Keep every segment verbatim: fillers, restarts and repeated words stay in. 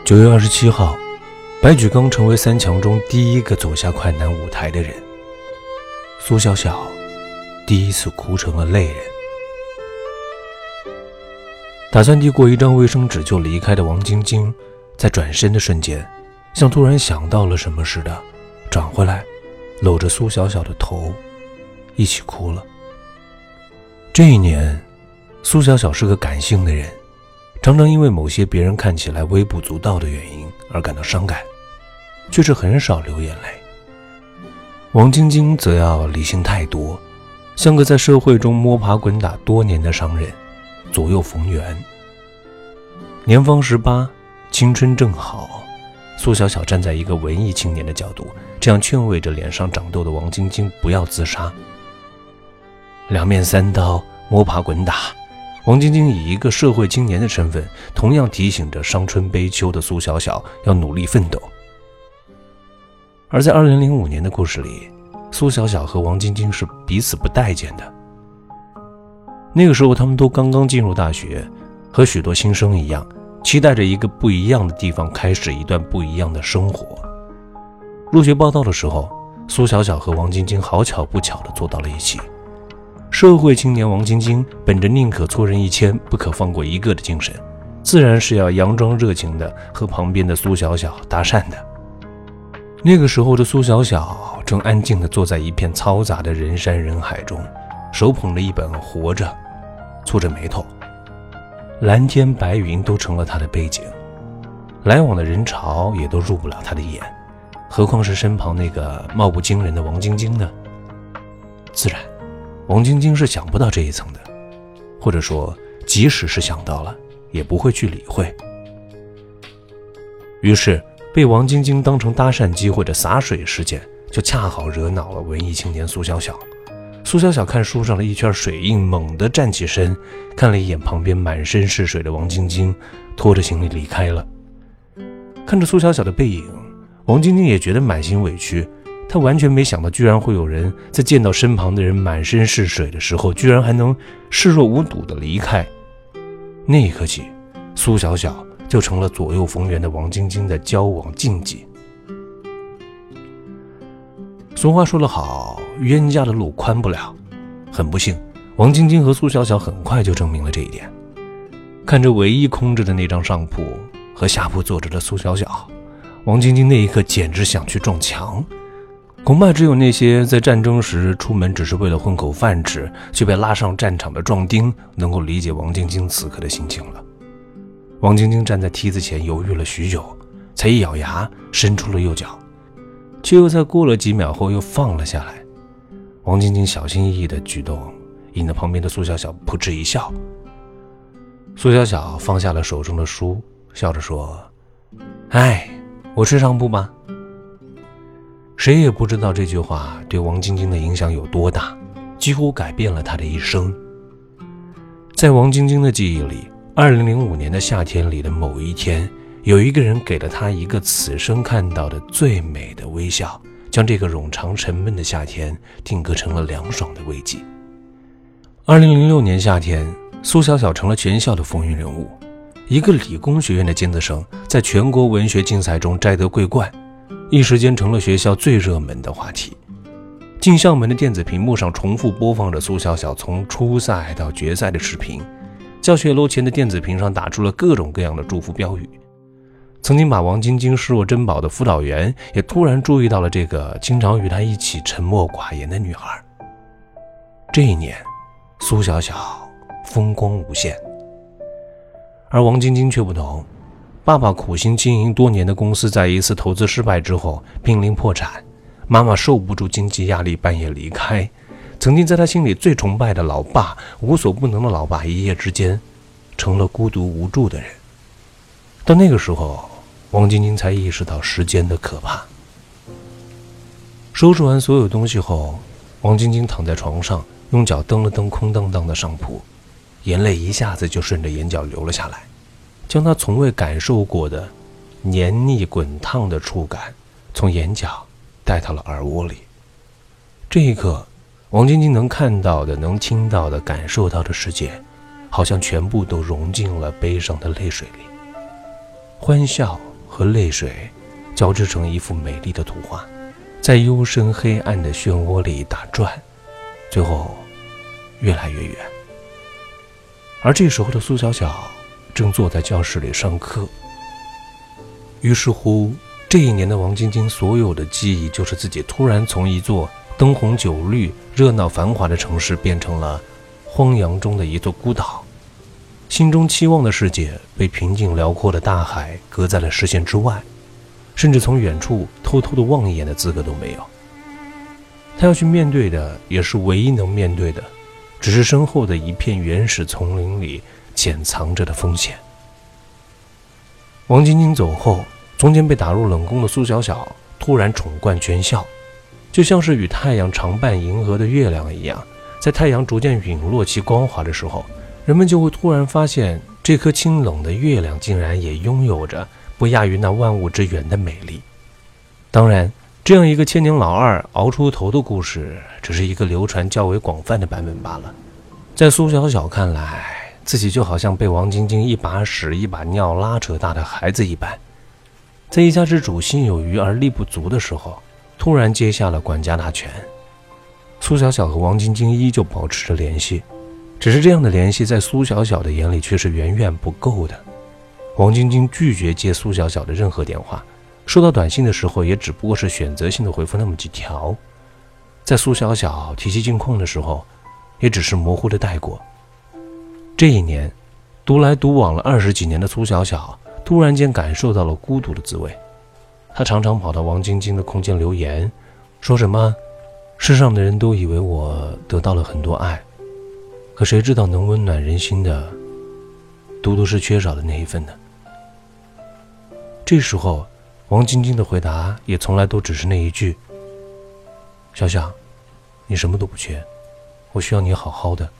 九月二十七号，白举纲成为三强中第一个走下快男舞台的人。苏小小第一次哭成了泪人。打算递过一张卫生纸就离开的王晶晶，在转身的瞬间，像突然想到了什么似的，转回来，搂着苏小小的头，一起哭了。这一年，苏小小是个感性的人，常常因为某些别人看起来微不足道的原因而感到伤感，却是很少流眼泪。王晶晶则要理性太多，像个在社会中摸爬滚打多年的商人，左右逢源。年方十八，青春正好，苏小小站在一个文艺青年的角度，这样劝慰着脸上长痘的王晶晶不要自杀。两面三刀，摸爬滚打，王晶晶以一个社会青年的身份，同样提醒着伤春悲秋的苏小小要努力奋斗。而在二零零五年的故事里，苏小小和王晶晶是彼此不待见的。那个时候他们都刚刚进入大学，和许多新生一样，期待着一个不一样的地方开始一段不一样的生活。入学报到的时候，苏小小和王晶晶好巧不巧地坐到了一起。社会青年王晶晶本着宁可错人一千不可放过一个的精神，自然是要佯装热情的和旁边的苏小小搭讪的。那个时候的苏小小正安静地坐在一片嘈杂的人山人海中，手捧着一本《活着》，蹙着眉头。蓝天白云都成了他的背景，来往的人潮也都入不了他的眼，何况是身旁那个貌不惊人的王晶晶呢？自然王晶晶是想不到这一层的，或者说即使是想到了也不会去理会。于是被王晶晶当成搭讪机会的洒水事件，就恰好惹恼了文艺青年苏小小。苏小小看书上的一圈水印，猛地站起身，看了一眼旁边满身是水的王晶晶，拖着行李离开了。看着苏小小的背影，王晶晶也觉得满心委屈，她完全没想到居然会有人在见到身旁的人满身是水的时候，居然还能视若无睹地离开。那一刻起，苏小小就成了左右逢源的王晶晶的交往禁忌。俗话说得好，冤家的路宽不了。很不幸，王晶晶和苏小小很快就证明了这一点。看着唯一空着的那张上铺和下铺坐着的苏小小，王晶晶那一刻简直想去撞墙。恐怕只有那些在战争时出门只是为了混口饭吃，却被拉上战场的壮丁，能够理解王晶晶此刻的心情了。王晶晶站在梯子前犹豫了许久，才一咬牙伸出了右脚，却又在过了几秒后又放了下来。王晶晶小心翼翼的举动，引得旁边的苏小小扑哧一笑。苏小小放下了手中的书，笑着说：哎，我睡上铺吧。谁也不知道这句话对王晶晶的影响有多大，几乎改变了她的一生。在王晶晶的记忆里，二零零五年的夏天里的某一天，有一个人给了她一个此生看到的最美的微笑，将这个冗长沉闷的夏天定格成了凉爽的慰藉。二零零六年夏天，苏小小成了全校的风云人物，一个理工学院的尖子生，在全国文学竞赛中摘得桂冠，一时间成了学校最热门的话题。进校门的电子屏幕上重复播放着苏小小从初赛到决赛的视频，教学楼前的电子屏上打出了各种各样的祝福标语。曾经把王晶晶视若珍宝的辅导员也突然注意到了这个经常与她一起沉默寡言的女孩。这一年，苏小小风光无限，而王晶晶却不同。爸爸苦心经营多年的公司在一次投资失败之后濒临破产，妈妈受不住经济压力半夜离开，曾经在她心里最崇拜的老爸，无所不能的老爸，一夜之间成了孤独无助的人。到那个时候，王晶晶才意识到时间的可怕。收拾完所有东西后，王晶晶躺在床上，用脚蹬了蹬空荡荡的上铺，眼泪一下子就顺着眼角流了下来，将她从未感受过的黏腻滚烫的触感从眼角带到了耳窝里。这一刻，王晶晶能看到的、能听到的、感受到的世界，好像全部都融进了悲伤的泪水里。欢笑和泪水交织成一幅美丽的图画，在幽深黑暗的漩涡里打转，最后越来越远。而这时候的苏小小正坐在教室里上课。于是乎，这一年的王晶晶所有的记忆，就是自己突然从一座灯红酒绿、热闹繁华的城市，变成了荒洋中的一座孤岛，心中期望的世界被平静辽阔的大海隔在了视线之外，甚至从远处偷偷的望一眼的资格都没有。他要去面对的，也是唯一能面对的，只是身后的一片原始丛林里潜藏着的风险。王晶晶走后，从前被打入冷宫的苏小小突然宠冠全校，就像是与太阳常伴银河的月亮一样，在太阳逐渐陨落其光华的时候，人们就会突然发现，这颗清冷的月亮竟然也拥有着不亚于那万物之源的美丽。当然，这样一个千年老二熬出头的故事，只是一个流传较为广泛的版本罢了。在苏小小看来，自己就好像被王晶晶一把屎一把尿拉扯大的孩子一般，在一家之主心有余而力不足的时候，突然接下了管家大权。苏小小和王晶晶依旧保持着联系，只是这样的联系在苏小小的眼里却是远远不够的。王晶晶拒绝接苏小小的任何电话，收到短信的时候也只不过是选择性的回复那么几条，在苏小小提起近况的时候，也只是模糊的带过。这一年，独来独往了二十几年的苏小小突然间感受到了孤独的滋味。他常常跑到王晶晶的空间留言，说什么世上的人都以为我得到了很多爱，可谁知道能温暖人心的独独是缺少的那一份呢？这时候王晶晶的回答也从来都只是那一句，小小，你什么都不缺，我需要你好好的。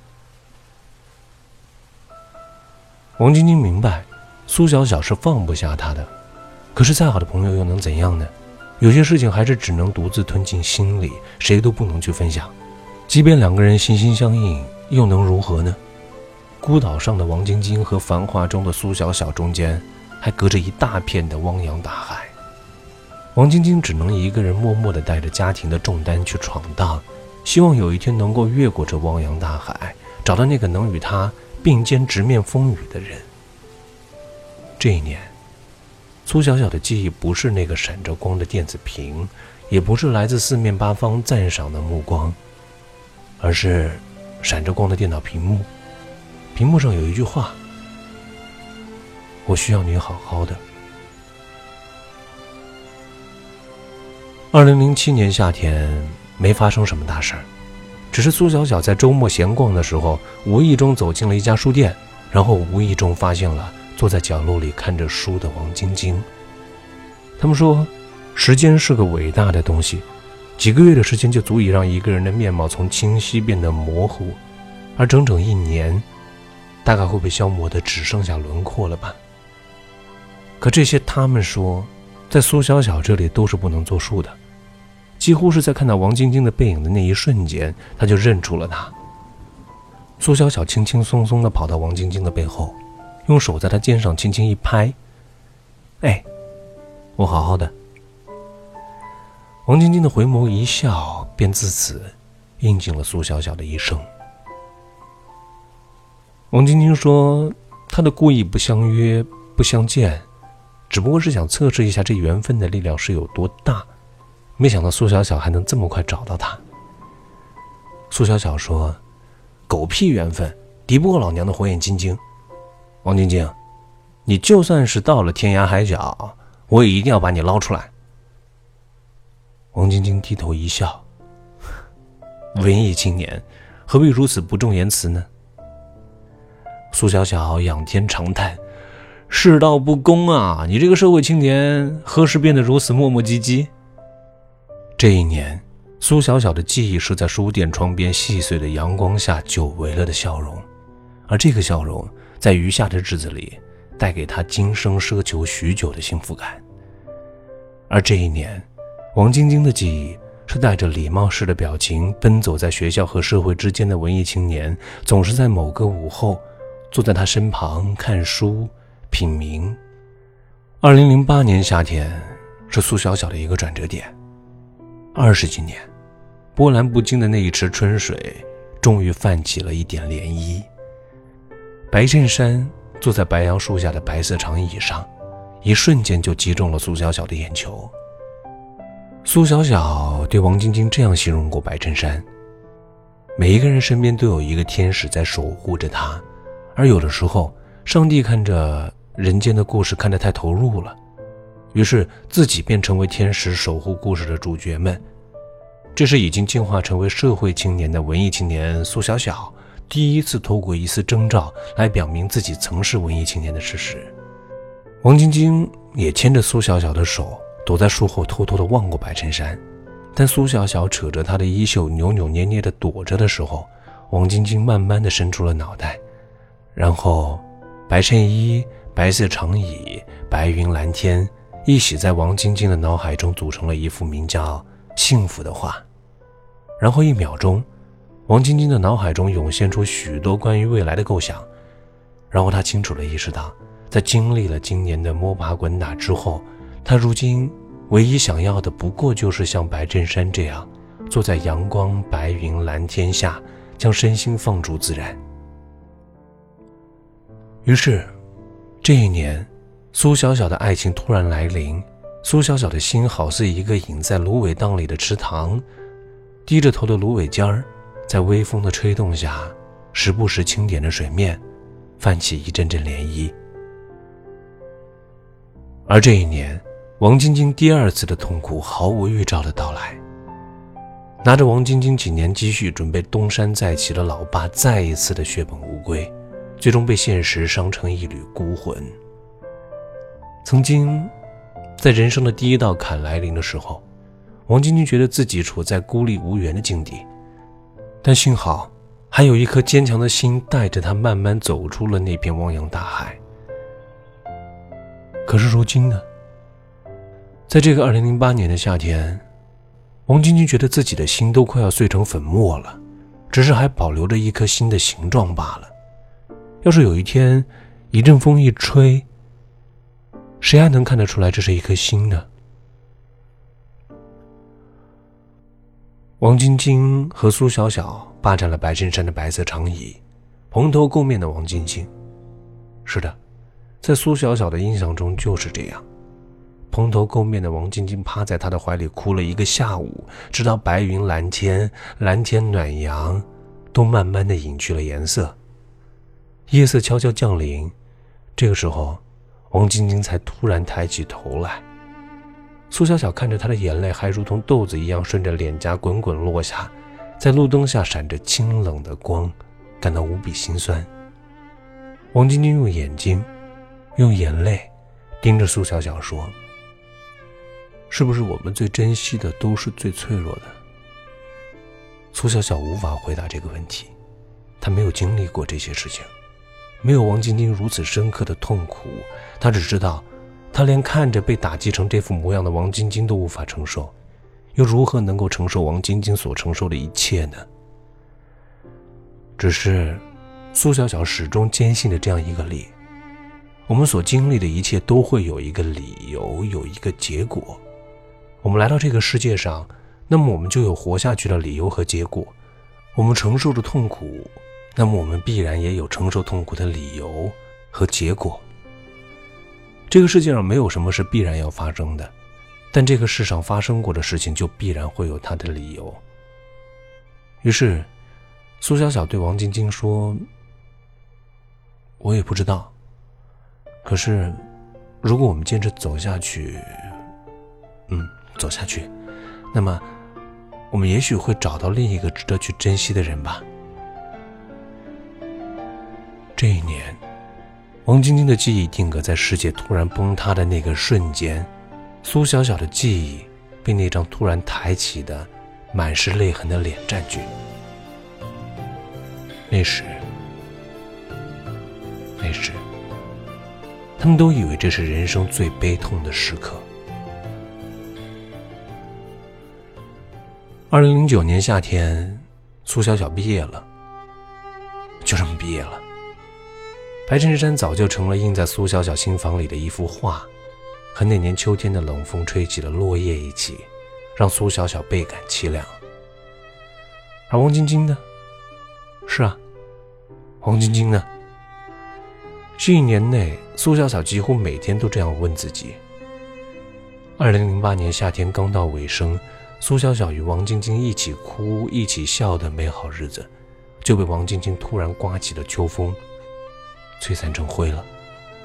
王晶晶明白苏小小是放不下他的，可是再好的朋友又能怎样呢？有些事情还是只能独自吞进心里，谁都不能去分享。即便两个人心心相印，又能如何呢？孤岛上的王晶晶和繁华中的苏小小中间还隔着一大片的汪洋大海。王晶晶只能一个人默默地带着家庭的重担去闯荡，希望有一天能够越过这汪洋大海，找到那个能与他并肩直面风雨的人。这一年，苏小小的记忆不是那个闪着光的电子屏，也不是来自四面八方赞赏的目光，而是闪着光的电脑屏幕。屏幕上有一句话，我需要你好好的。二零零七年夏天没发生什么大事儿，只是苏小小在周末闲逛的时候，无意中走进了一家书店，然后无意中发现了坐在角落里看着书的王晶晶。他们说，时间是个伟大的东西，几个月的时间就足以让一个人的面貌从清晰变得模糊，而整整一年，大概会被消磨得只剩下轮廓了吧。可这些他们说，在苏小小这里都是不能作数的。几乎是在看到王晶晶的背影的那一瞬间，他就认出了她。苏小小轻轻松松地跑到王晶晶的背后，用手在她肩上轻轻一拍，哎，我好好的。王晶晶的回眸一笑，便自此印进了苏小小的一生。王晶晶说，她的故意不相约不相见，只不过是想测试一下这缘分的力量是有多大，没想到苏小小还能这么快找到他。苏小小说，狗屁缘分，敌不过老娘的火眼金睛。王晶晶，你就算是到了天涯海角，我也一定要把你捞出来。王晶晶低头一笑，文艺青年何必如此不重言辞呢？苏小小仰天长叹，世道不公啊，你这个社会青年何时变得如此磨磨唧唧？这一年，苏小小的记忆是在书店窗边细碎的阳光下久违了的笑容，而这个笑容在余下的日子里带给他今生奢求许久的幸福感。而这一年，王晶晶的记忆是带着礼貌式的表情奔走在学校和社会之间的文艺青年，总是在某个午后坐在他身旁看书品茗。 二零零八年夏天是苏小小的一个转折点。二十几年，波澜不惊的那一池春水终于泛起了一点涟漪。白衬衫坐在白杨树下的白色长椅上，一瞬间就击中了苏小小的眼球。苏小小对王晶晶这样形容过白衬衫：每一个人身边都有一个天使在守护着他，而有的时候上帝看着人间的故事看得太投入了，于是自己便成为天使守护故事的主角们。这是已经进化成为社会青年的文艺青年苏小小第一次透过一丝征兆来表明自己曾是文艺青年的事实。王晶晶也牵着苏小小的手，躲在树后偷偷地望过白衬衫，但苏小小扯着她的衣袖扭扭捏捏地躲着的时候，王晶晶慢慢地伸出了脑袋，然后白衬衣、白色长椅、白云蓝天一起在王晶晶的脑海中组成了一幅名叫幸福的画。然后一秒钟，王晶晶的脑海中涌现出许多关于未来的构想，然后她清楚地意识到，在经历了今年的摸爬滚打之后，她如今唯一想要的不过就是像白衬衫这样坐在阳光白云蓝天下，将身心放逐自然。于是这一年，苏小小的爱情突然来临。苏小小的心好似一个隐在芦苇荡里的池塘，低着头的芦苇尖儿在微风的吹动下，时不时轻点着水面，泛起一阵阵涟漪。而这一年，王晶晶第二次的痛苦毫无预兆的到来。拿着王晶晶几年积蓄准备东山再起的老爸再一次的血本无归，最终被现实伤成一缕孤魂。曾经在人生的第一道坎来临的时候，王晶晶觉得自己处在孤立无援的境地，但幸好还有一颗坚强的心带着她慢慢走出了那片汪洋大海。可是如今呢，在这个二零零八年的夏天，王晶晶觉得自己的心都快要碎成粉末了，只是还保留着一颗心的形状罢了。要是有一天一阵风一吹，谁还能看得出来这是一颗心呢？王晶晶和苏小小霸占了白衬衫的白色长椅，蓬头垢面的王晶晶。是的，在苏小小的印象中就是这样。蓬头垢面的王晶晶趴在他的怀里哭了一个下午，直到白云蓝天、蓝天暖阳都慢慢地隐去了颜色。夜色悄悄降临，这个时候王晶晶才突然抬起头来。苏小小看着她的眼泪还如同豆子一样顺着脸颊滚滚落下，在路灯下闪着清冷的光，感到无比心酸。王晶晶用眼睛用眼泪盯着苏小小说，是不是我们最珍惜的都是最脆弱的？苏小小无法回答这个问题，她没有经历过这些事情，没有王晶晶如此深刻的痛苦，她只知道她连看着被打击成这副模样的王晶晶都无法承受，又如何能够承受王晶晶所承受的一切呢？只是苏小小始终坚信着这样一个理：我们所经历的一切都会有一个理由，有一个结果。我们来到这个世界上，那么我们就有活下去的理由和结果。我们承受着痛苦，那么我们必然也有承受痛苦的理由和结果。这个世界上没有什么是必然要发生的，但这个世上发生过的事情就必然会有它的理由。于是苏小小对王晶晶说，我也不知道，可是如果我们坚持走下去，嗯，走下去，那么我们也许会找到另一个值得去珍惜的人吧。这一年，王晶晶的记忆定格在世界突然崩塌的那个瞬间，苏小小的记忆被那张突然抬起的满是泪痕的脸占据。那时那时他们都以为这是人生最悲痛的时刻。二零零九年夏天，苏小小毕业了，就这么毕业了。白衬衫早就成了印在苏小小心房里的一幅画， 和那年秋天的冷风吹起的落叶一起，让苏小小倍感凄凉。而王晶晶呢？是啊，王晶晶呢？这一年内，苏小小几乎每天都这样问自己。二零零八年夏天刚到尾声，苏小小与王晶晶一起哭一起笑的美好日子，就被王晶晶突然刮起的秋风摧残成灰了。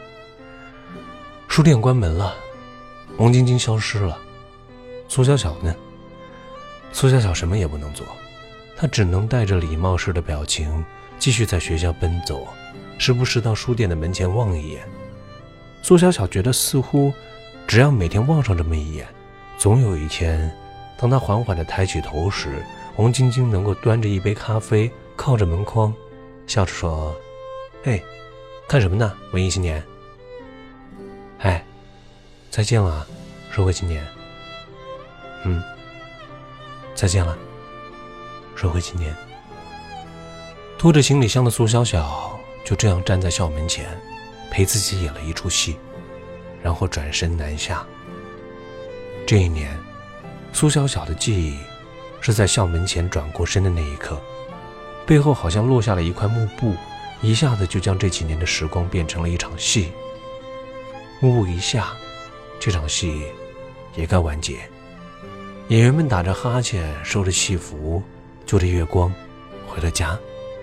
书店关门了，王晶晶消失了。苏小小呢？苏小小什么也不能做，她只能带着礼貌式的表情继续在学校奔走，时不时到书店的门前望一眼。苏小小觉得似乎只要每天望上这么一眼，总有一天当她缓缓地抬起头时，王晶晶能够端着一杯咖啡靠着门框笑着说：嘿，看什么呢？文艺青年。哎，再见了，社会青年。嗯，再见了，社会青年。拖着行李箱的苏小小就这样站在校门前，陪自己演了一出戏，然后转身南下。这一年，苏小小的记忆是在校门前转过身的那一刻，背后好像落下了一块幕布，一下子就将这几年的时光变成了一场戏。幕布一下，这场戏也该完结。演员们打着哈欠，收着戏服，就着月光回了家。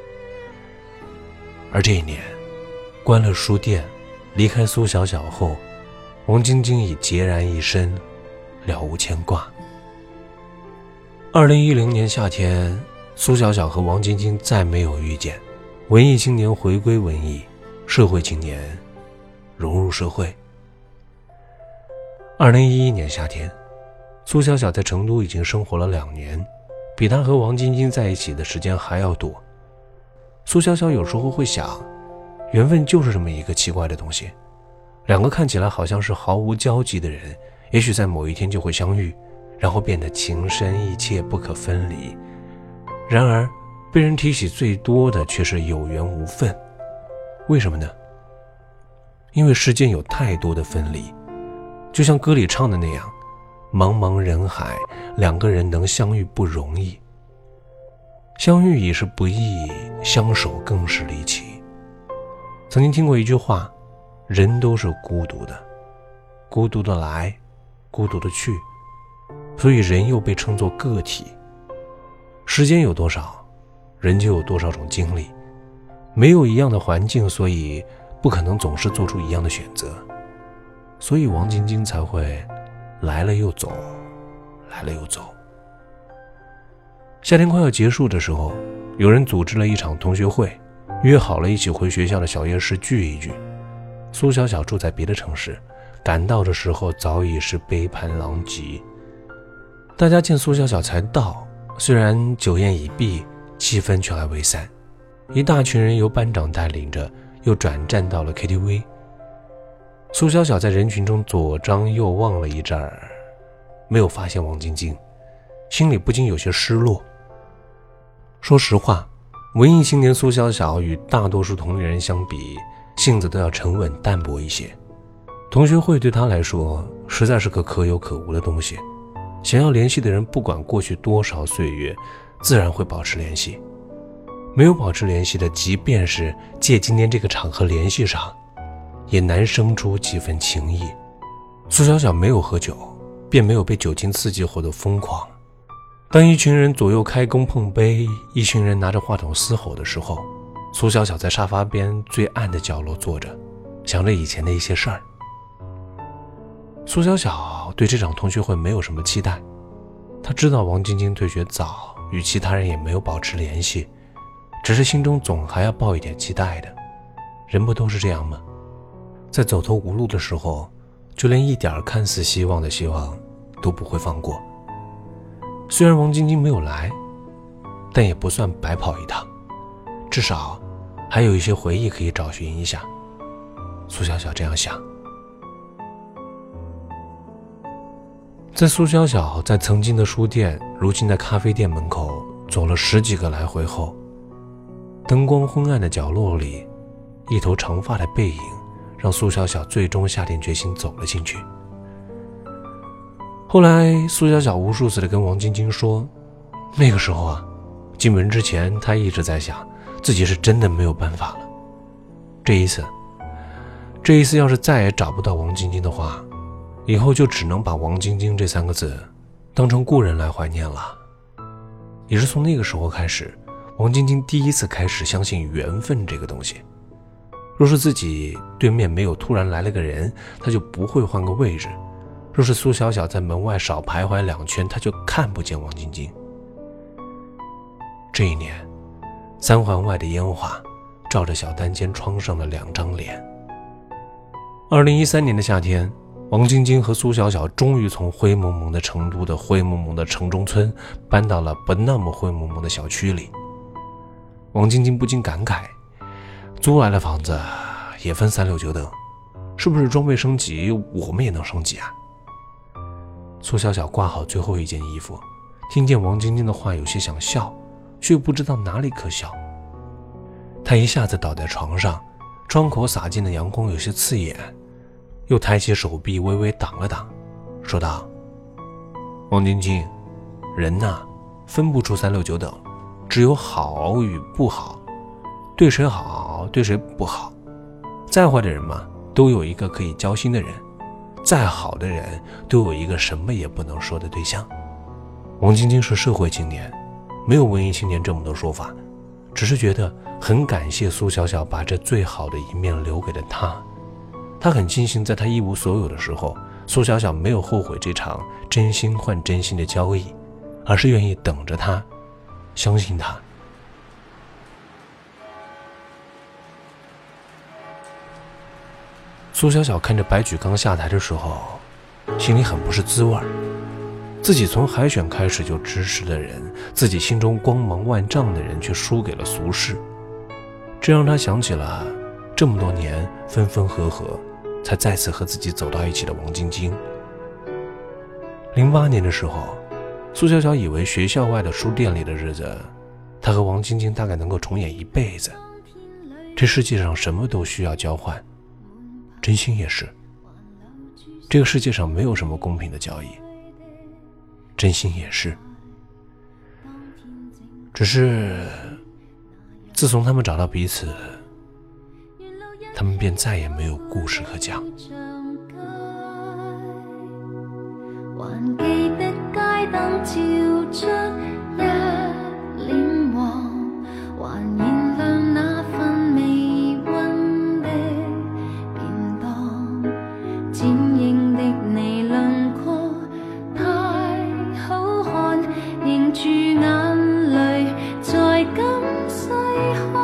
而这一年，关了书店，离开苏小小后，王晶晶已孑然一身，了无牵挂。二零一零年夏天，苏小小和王晶晶再没有遇见。文艺青年回归文艺，社会青年融入社会。二零一一年夏天，苏小小在成都已经生活了两年，比她和王晶晶在一起的时间还要多。苏小小有时候会想，缘分就是这么一个奇怪的东西，两个看起来好像是毫无交集的人，也许在某一天就会相遇，然后变得情深意切，不可分离。然而被人提起最多的却是有缘无分。为什么呢？因为世间有太多的分离，就像歌里唱的那样，茫茫人海，两个人能相遇不容易。相遇已是不易，相守更是离奇。曾经听过一句话，人都是孤独的，孤独的来，孤独的去，所以人又被称作个体。时间有多少，人就有多少种经历，没有一样的环境，所以不可能总是做出一样的选择。所以王晶晶才会来了又走，来了又走。夏天快要结束的时候，有人组织了一场同学会，约好了一起回学校的小夜市聚一聚。苏小小住在别的城市，赶到的时候早已是杯盘狼藉。大家见苏小小才到，虽然酒宴已毕，气氛却还未散。一大群人由班长带领着，又转战到了 K T V。 苏小小在人群中左张右望了一阵儿，没有发现王晶晶，心里不禁有些失落。说实话，文艺青年苏小小与大多数同龄人相比，性子都要沉稳淡泊一些。同学会对他来说实在是个可有可无的东西，想要联系的人不管过去多少岁月，自然会保持联系。没有保持联系的，即便是借今天这个场合联系上，也难生出几分情谊。苏小小没有喝酒，便没有被酒精刺激后的疯狂。当一群人左右开弓碰杯，一群人拿着话筒嘶吼的时候，苏小小在沙发边最暗的角落坐着，想着以前的一些事儿。苏小小对这场同学会没有什么期待，他知道王晶晶退学早，与其他人也没有保持联系，只是心中总还要抱一点期待的。人不都是这样吗？在走投无路的时候，就连一点看似希望的希望都不会放过。虽然王晶晶没有来，但也不算白跑一趟，至少还有一些回忆可以找寻一下。苏小小这样想。在苏小小在曾经的书店，如今的咖啡店门口走了十几个来回后，灯光昏暗的角落里，一头长发的背影让苏小小最终下定决心走了进去。 后来苏小小无数次的跟王晶晶说，那个时候啊，进门之前她一直在想自己是真的没有办法了。这一次这一次要是再也找不到王晶晶的话，以后就只能把王晶晶这三个字当成故人来怀念了。也是从那个时候开始，王晶晶第一次开始相信缘分这个东西。若是自己对面没有突然来了个人，他就不会换个位置。若是苏小小在门外少徘徊两圈，他就看不见王晶晶。这一年，三环外的烟花照着小单间窗上的两张脸。二零一三年的夏天，王晶晶和苏小小终于从灰蒙蒙的成都的灰蒙蒙的城中村搬到了不那么灰蒙蒙的小区里。王晶晶不禁感慨，租来的房子也分三六九等，是不是装备升级我们也能升级啊？苏小小挂好最后一件衣服，听见王晶晶的话有些想笑，却又不知道哪里可笑。她一下子倒在床上，窗口洒进的阳光有些刺眼，又抬起手臂微微挡了挡，说道：王晶晶，人呐，分不出三六九等，只有好与不好，对谁好对谁不好。再坏的人嘛，都有一个可以交心的人，再好的人都有一个什么也不能说的对象。王晶晶是社会青年，没有文艺青年这么多说法，只是觉得很感谢苏小小把这最好的一面留给了他。他很庆幸在他一无所有的时候，苏小小没有后悔这场真心换真心的交易，而是愿意等着他，相信他。苏小小看着白举纲下台的时候，心里很不是滋味。自己从海选开始就支持的人，自己心中光芒万丈的人，却输给了俗世。这让他想起了这么多年分分合合才再次和自己走到一起的王晶晶。零八年的时候，苏小小以为学校外的书店里的日子，他和王晶晶大概能够重演一辈子。这世界上什么都需要交换，真心也是。这个世界上没有什么公平的交易，真心也是。只是自从他们找到彼此，他们便再也没有故事可讲。 還記得街燈照出一臉黃，還燃亮那份微溫的便當，剪影的你輪廓太好看，凝住眼淚才敢細看，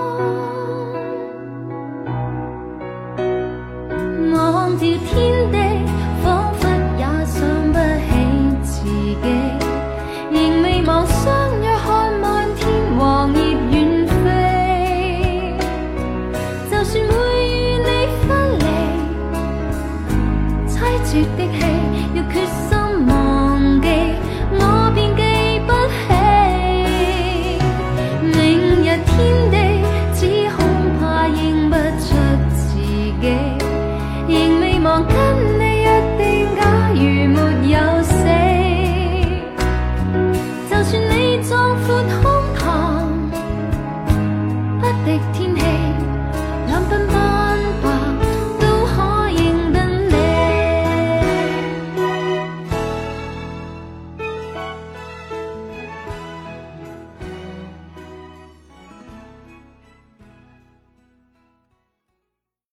望條天地彷彿也想不起自己，仍未忘相約看漫天黃葉遠飛，就算會與你分離，凄絕的戲要決心忘記，我便記不起，明日天地只恐怕認不出自己，仍未忘記